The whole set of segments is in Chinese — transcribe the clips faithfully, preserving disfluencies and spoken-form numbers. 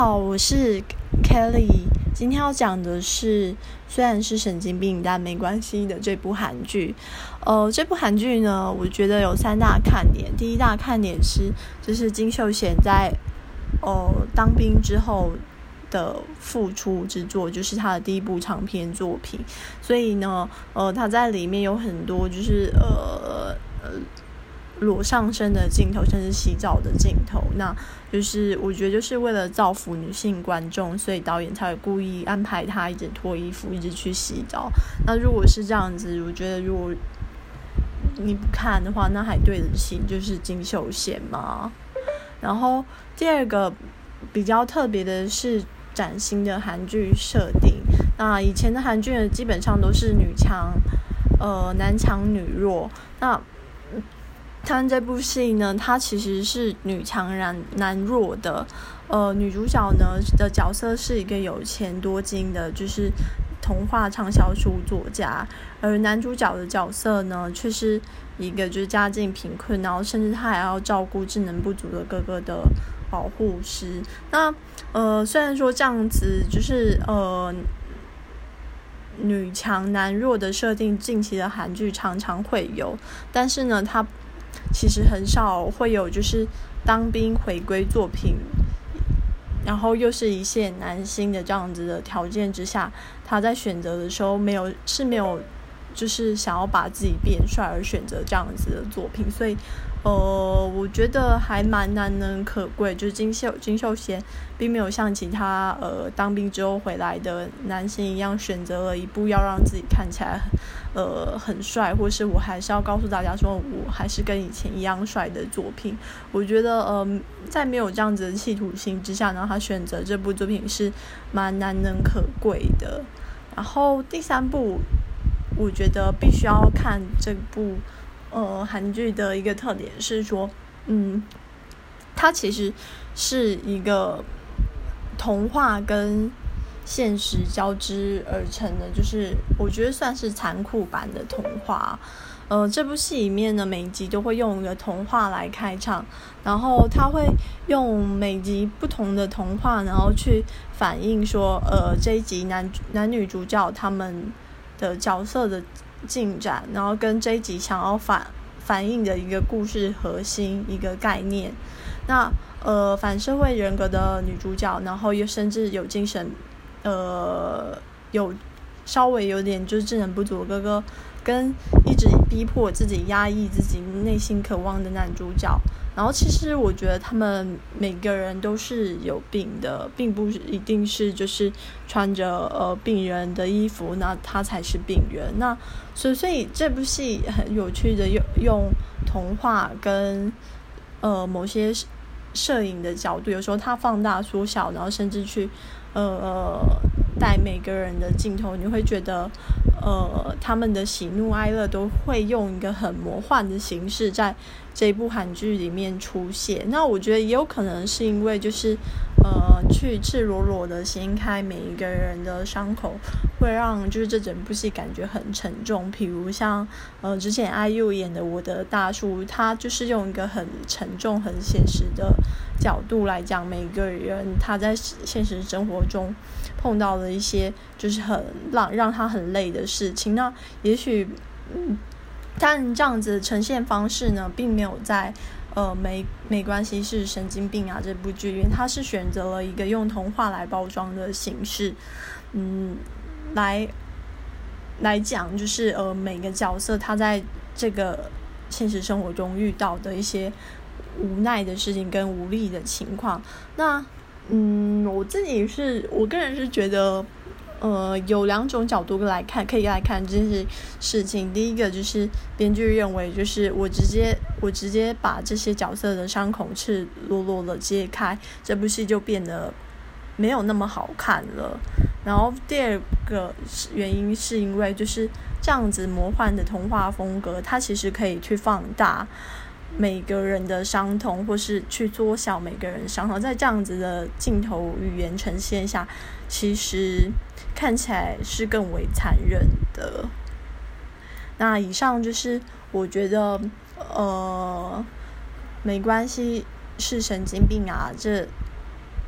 好，我是 Kelly， 今天要讲的是虽然是神经病但没关系的这部韩剧。呃，这部韩剧呢，我觉得有三大看点。第一大看点是，就是金秀贤在呃当兵之后的复出之作，就是他的第一部长篇作品。所以呢，呃，他在里面有很多就是呃呃。裸上身的镜头，甚至洗澡的镜头，那就是我觉得就是为了造福女性观众，所以导演才会故意安排他一直脱衣服，一直去洗澡。那如果是这样子，我觉得如果你不看的话，那还对得起就是金秀贤吗？然后第二个比较特别的是崭新的韩剧设定。那以前的韩剧呢，基本上都是女强呃男强女弱，那看这部戏呢，它其实是女强男男弱的。呃，女主角呢的角色是一个有钱多金的，就是童话畅销书作家，而男主角的角色呢，却是一个就是家境贫困，然后甚至他还要照顾智能不足的哥哥的保护师。那呃，虽然说这样子就是呃。女强男弱的设定，近期的韩剧常常会有，但是呢，它其实很少会有就是当兵回归作品，然后又是一线男星的这样子的条件之下，他在选择的时候没有是没有就是想要把自己变帅而选择这样子的作品，所以呃，我觉得还蛮难能可贵，就是金秀金秀贤并没有像其他呃当兵之后回来的男星一样，选择了一部要让自己看起来呃很帅，或是我还是要告诉大家说我还是跟以前一样帅的作品。我觉得呃在没有这样子的企图心之下，然后他选择这部作品是蛮难能可贵的。然后第三部，我觉得必须要看这部呃韩剧的一个特点是说，嗯，它其实是一个童话跟现实交织而成的，就是我觉得算是残酷版的童话。呃，这部戏里面呢，每一集都会用一个童话来开场，然后他会用每集不同的童话，然后去反映说，呃，这一集男男女主角他们的角色的进展，然后跟这一集想要反反映的一个故事核心一个概念。那呃反社会人格的女主角，然后又甚至有精神呃有稍微有点就是智能不足的哥哥，跟一直逼迫自己压抑自己内心渴望的男主角。然后其实我觉得他们每个人都是有病的，并不一定是就是穿着呃病人的衣服，那他才是病人。那所以所以这部戏很有趣的用用童话跟呃某些摄影的角度，有时候它放大缩小，然后甚至去呃带每个人的镜头，你会觉得呃他们的喜怒哀乐都会用一个很魔幻的形式在这一部韩剧里面出现。那我觉得也有可能是因为就是呃去赤裸裸的掀开每一个人的伤口，会让就是这整部戏感觉很沉重。比如像呃之前 I U 演的我的大叔，他就是用一个很沉重很写实的角度来讲每个人他在现实生活中碰到的一些就是很让让他很累的事情。那也许嗯但这样子的呈现方式呢，并没有在呃没没关系是神经病啊这部剧，因为他是选择了一个用童话来包装的形式，嗯，来来讲就是呃每个角色他在这个现实生活中遇到的一些无奈的事情跟无力的情况。那嗯，我自己是我个人是觉得。呃，有两种角度来看，可以来看这些事情。第一个就是编剧认为，就是我直接我直接把这些角色的伤口赤裸裸的揭开，这部戏就变得没有那么好看了。然后第二个原因是因为就是这样子魔幻的童话风格，它其实可以去放大每个人的伤痛，或是去缩小每个人的伤痛，在这样子的镜头语言呈现下，其实看起来是更为残忍的。那以上就是我觉得呃没关系是神经病啊这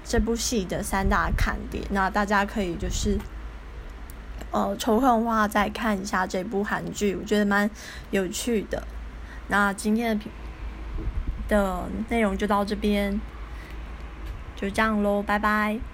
这部戏的三大看点。那大家可以就是呃抽空的话再看一下这部韩剧，我觉得蛮有趣的。那今天的的内容就到这边，就这样咯，拜拜。